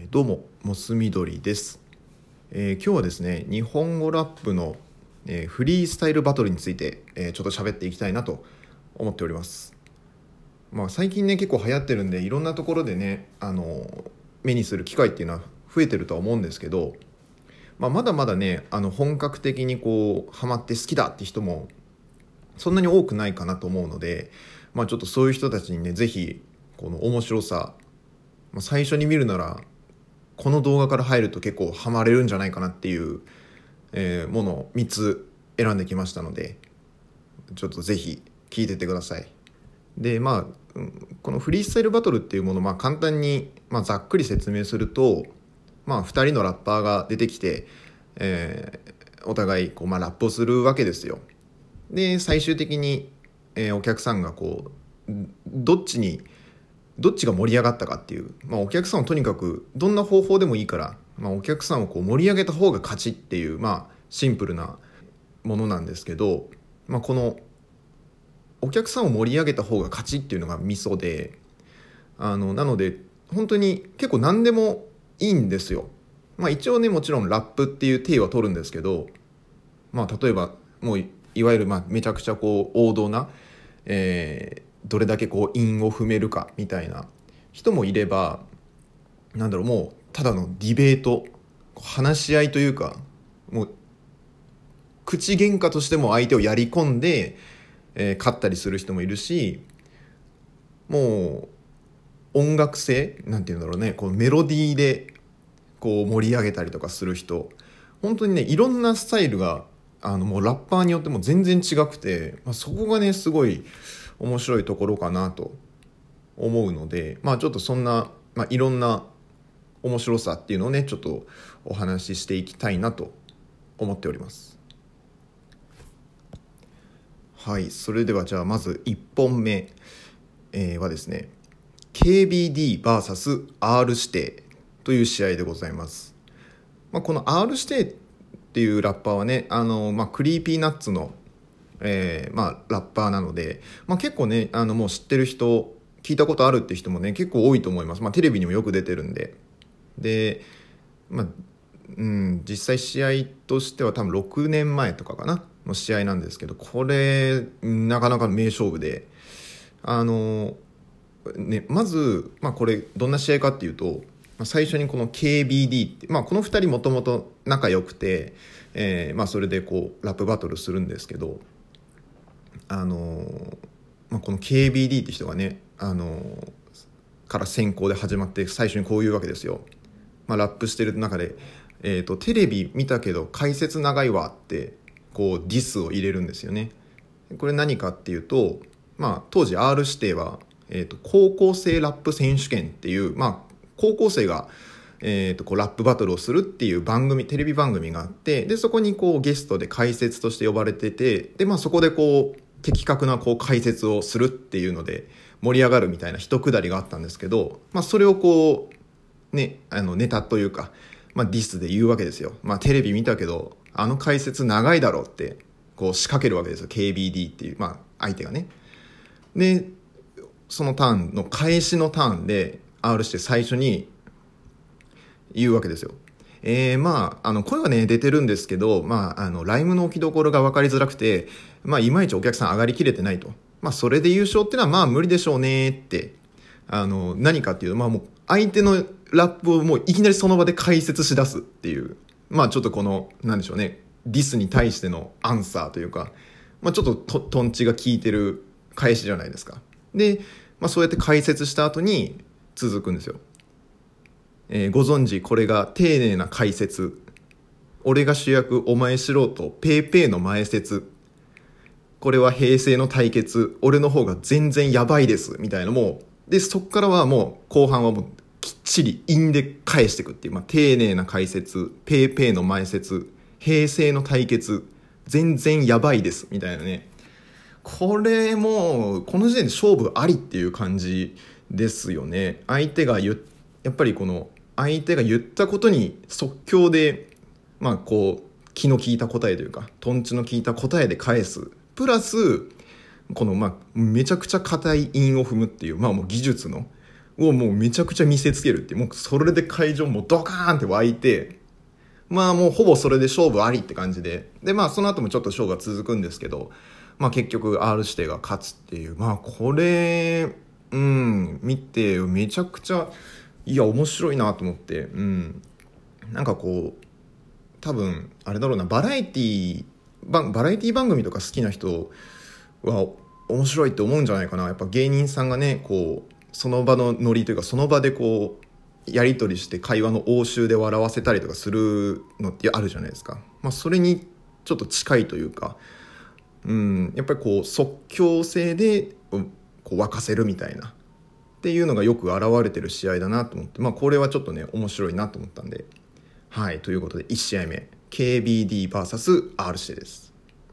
どうもモスみどりです。今日はですね、日本語ラップの、フリースタイルバトルについて、ちょっと喋っていきたいなと思っております。最近ね結構流行ってるんで、いろんなところでね目にする機会っていうのは増えてるとは思うんですけど、まだまだね本格的にこうハマって好きだって人もそんなに多くないかなと思うので、ちょっとそういう人たちにねぜひこの面白さ、最初に見るならこの動画から入ると結構ハマれるんじゃないかなっていう、ものを3つ選んできましたので、ちょっとぜひ聞いてってください。でこのフリースタイルバトルっていうものを簡単に、ざっくり説明すると、2人のラッパーが出てきて、お互いこう、ラップをするわけですよ。で最終的に、お客さんがこうどっちが盛り上がったかっていう、お客さんをとにかくどんな方法でもいいから、お客さんをこう盛り上げた方が勝ちっていう、シンプルなものなんですけど、このお客さんを盛り上げた方が勝ちっていうのがミソで、なので本当に結構何でもいいんですよ。一応ねもちろんラップっていう体は取るんですけど、例えばもういわゆるめちゃくちゃこう王道な、どれだけこう韻を踏めるかみたいな人もいれば、もうただのディベート、話し合いというか、もう口喧嘩としても相手をやり込んで、勝ったりする人もいるし、もう音楽性なんていうんだろうね、こうメロディーでこう盛り上げたりとかする人、本当にねいろんなスタイルがもうラッパーによっても全然違くて、そこがねすごい面白いところかなと思うので、ちょっとそんな、いろんな面白さっていうのをねちょっとお話ししていきたいなと思っております。はい、それではじゃあまず1本目、はですね KBD vs.R 指定という試合でございます。この R 指定っていうラッパーはねクリーピーナッツのラッパーなので、結構ねもう知ってる人、聞いたことあるって人もね結構多いと思います。テレビにもよく出てるんで。で実際試合としては多分6年前とかかなの試合なんですけど、これなかなか名勝負で、まず、これどんな試合かっていうと、最初にこの KBD って、この2人もともと仲良くて、それでこうラップバトルするんですけど、この KBD って人がねから先行で始まって、最初にこういうわけですよ。ラップしてる中で、テレビ見たけど解説長いわってこうディスを入れるんですよね。これ何かっていうと、当時 R 指定は、高校生ラップ選手権っていう、高校生が、こうラップバトルをするっていうテレビ番組があって、でそこにこうゲストで解説として呼ばれてて、でそこでこう的確なこう解説をするっていうので盛り上がるみたいな一くだりがあったんですけど、それをこうねネタというか、ディスで言うわけですよ。テレビ見たけど解説長いだろうってこう仕掛けるわけですよ、 KBD っていう、相手がね。でそのターンの返しのターンで R して最初に言うわけですよ。声はね出てるんですけど、ライムの置きどころが分かりづらくて、いまいちお客さん上がりきれてないと。それで優勝っていうのは無理でしょうねって、何かっていうと、もう相手のラップをもういきなりその場で解説し出すっていう、ちょっとこのなんでしょうね、ディスに対してのアンサーというか、ちょっとトンチが効いてる返しじゃないですか。で、そうやって解説した後に続くんですよ。ご存知、これが丁寧な解説。俺が主役、お前素人、ペーペーの前説。これは平成の対決。俺の方が全然やばいです。みたいな、もう。で、そっからはもう、後半はもう、きっちり韻で返していくっていう、丁寧な解説、ペーペーの前説、平成の対決、全然やばいです。みたいなね。これも、この時点で勝負ありっていう感じですよね。やっぱりこの、相手が言ったことに即興でこう気の利いた答えというかトンチの効いた答えで返す、プラスこのめちゃくちゃ硬い韻を踏むっていうもう技術のをもうめちゃくちゃ見せつけるっていう、もうそれで会場もドカーンって湧いて、まあもうほぼそれで勝負ありって感じで、でまあその後もちょっと勝負が続くんですけど、まあ結局 R 指定が勝つっていう、まあこれ見てめちゃくちゃ面白いなと思って、なんかこう多分あれだろうな、バラエティ番組とか好きな人は面白いって思うんじゃないかな。やっぱ芸人さんがねこうその場のノリというか、その場でこうやり取りして会話の応酬で笑わせたりとかするのってあるじゃないですか。まあそれにちょっと近いというか、やっぱりこう即興性でこう沸かせるみたいなっていうのがよく現れてる試合だなと思って、まあこれはちょっとね面白いなと思ったんで、はい、ということで1試合目 KBDVS R 指定です。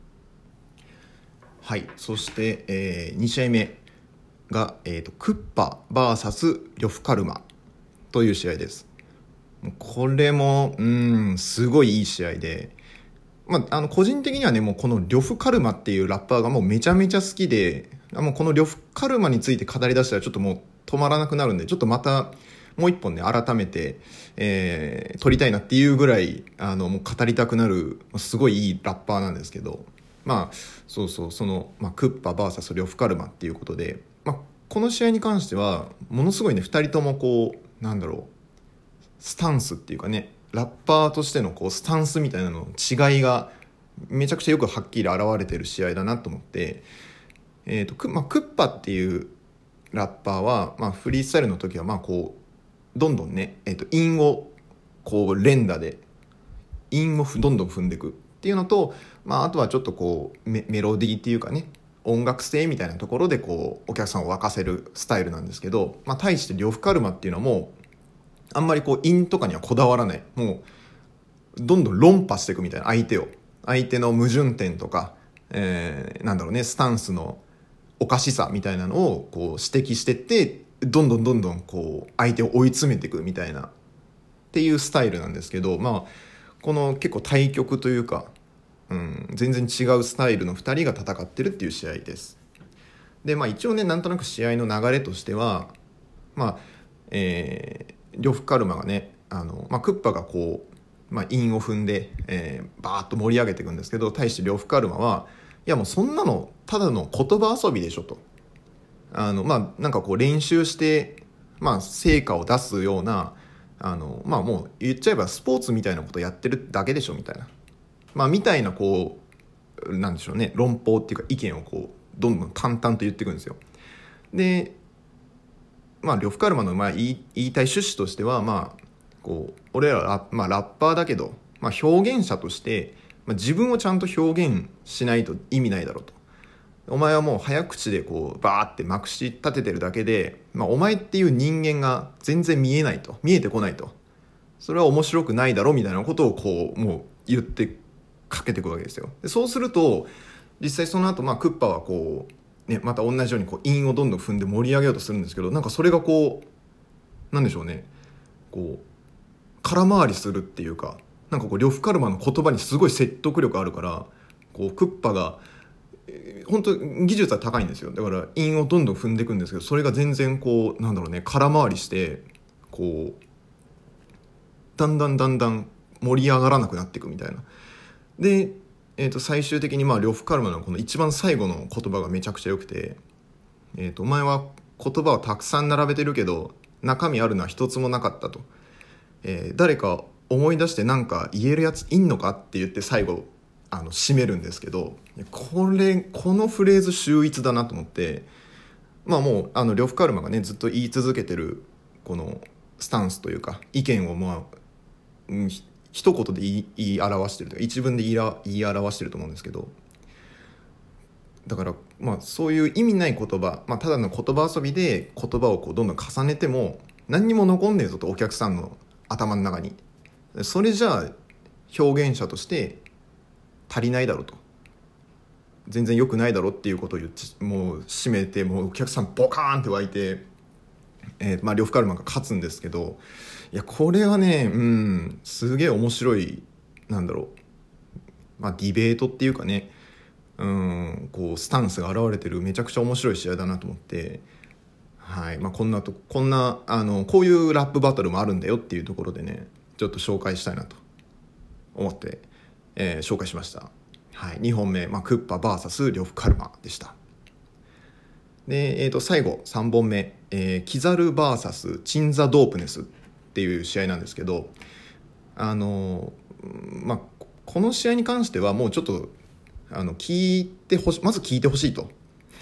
はい、そして、2試合目が、クッパ VS 呂布カルマという試合です。これもすごいいい試合で、個人的にはねもうこの呂布カルマっていうラッパーがもうめちゃめちゃ好きで、もうこの呂布カルマについて語り出したらちょっともう止まらなくなるんで、ちょっとまたもう一本ね改めて、撮りたいなっていうぐらいもう語りたくなるすごいいいラッパーなんですけど、その、クッパ VS 呂布カルマっていうことで、この試合に関してはものすごいね2人ともこうなんだろう、スタンスっていうかね、ラッパーとしてのこうスタンスみたいなの違いがめちゃくちゃよくはっきり現れてる試合だなと思って、クッパっていうラッパーは、フリースタイルの時はこうどんどんね、韻をこう連打で韻をどんどん踏んでいくっていうのと、あとはちょっとこうメロディーっていうかね、音楽性みたいなところでこうお客さんを沸かせるスタイルなんですけど、対して呂布カルマっていうのはもうあんまりこう韻とかにはこだわらない、もうどんどん論破していくみたいな、相手の矛盾点とか、なんだろうね、スタンスのおかしさみたいなのをこう指摘してって、どんどんこう相手を追い詰めていくみたいなっていうスタイルなんですけど、この結構対極というか、全然違うスタイルの2人が戦ってるっていう試合です。で一応ねなんとなく試合の流れとしては呂布カルマがねクッパがこう韻を踏んで、バーッと盛り上げていくんですけど、対して呂布カルマはいやもうそんなのただの言葉遊びでしょと、なんかこう練習して成果を出すようなもう言っちゃえばスポーツみたいなことやってるだけでしょみたいな、みたいなこうなんでしょうね、論法っていうか意見をこうどんどん淡々と言っていくんですよ。で呂布カルマの言いたい趣旨としてはこう俺らラッパーだけど、表現者として、自分をちゃんと表現しないと意味ないだろうと。お前はもう早口でこうバーってまくし立ててるだけで、お前っていう人間が全然見えてこないと、それは面白くないだろみたいなことをこうもう言ってかけていくわけですよ。でそうすると実際その後クッパはこうね、また同じようにこう韻をどんどん踏んで盛り上げようとするんですけど、なんかそれがこうなんでしょうね、こう空回りするっていうか、なんかこう呂布カルマの言葉にすごい説得力あるから、こうクッパが本当技術は高いんですよ。だから韻をどんどん踏んでいくんですけど、それが全然こうなんだろうね、空回りしてこうだんだん盛り上がらなくなっていくみたいな。で、最終的に呂布カルマのこの一番最後の言葉がめちゃくちゃ良くて、お前は言葉をたくさん並べてるけど中身あるのは一つもなかったと、誰か思い出してなんか言えるやついんのかって言って最後締めるんですけど、このフレーズ秀逸だなと思って、もう呂布カルマがねずっと言い続けてるこのスタンスというか意見を一言で言い表してるというか一文で言い表してると思うんですけど、だからそういう意味ない言葉、ただの言葉遊びで言葉をこうどんどん重ねても何にも残んねえぞと、お客さんの頭の中に。それじゃあ表現者として足りないだろうと、全然良くないだろうっていうことを言ってもう締めて、もうお客さんボカーンって湧いて、呂布カルマが勝つんですけど、いやこれはねすげえ面白い、なんだろう、ディベートっていうかね、こうスタンスが現れてるめちゃくちゃ面白い試合だなと思って、 はい。こんなこういうラップバトルもあるんだよっていうところでね、ちょっと紹介したいなと思って、紹介しました。はい。2本目、クッパ VS 呂布カルマでした。で、最後3本目、キザル VS チンザ・ドープネスっていう試合なんですけど、この試合に関してはもうちょっとまず聞いてほしいと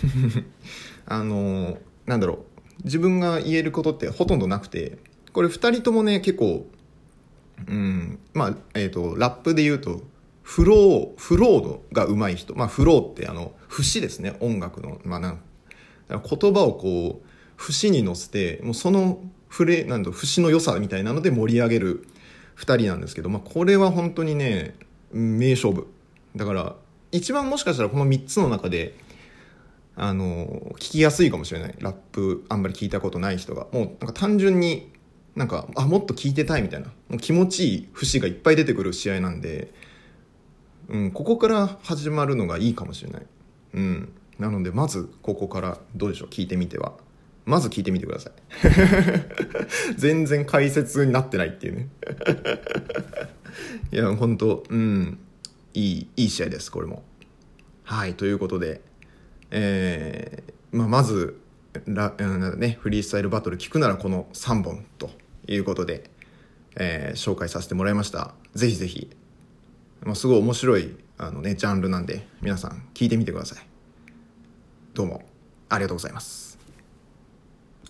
なんだろう、自分が言えることってほとんどなくて、これ2人ともね結構ラップで言うとフローが上手い人、フローって節ですね、音楽の、言葉をこう節に乗せて、もうその節の良さみたいなので盛り上げる2人なんですけど、これは本当にね名勝負だから、一番もしかしたらこの3つの中で聞きやすいかもしれない。ラップあんまり聞いたことない人がもう単純にもっと聞いてたいみたいな、もう気持ちいい節がいっぱい出てくる試合なんで、ここから始まるのがいいかもしれない。なのでまずここからどうでしょう、まず聞いてみてください全然解説になってないっていうねいや本当いい試合です、これも。はい、ということで、まずフリースタイルバトル聞くならこの3本ということで、紹介させてもらいました。ぜひぜひ、すごい面白いジャンルなんで皆さん聞いてみてください。どうもありがとうございます。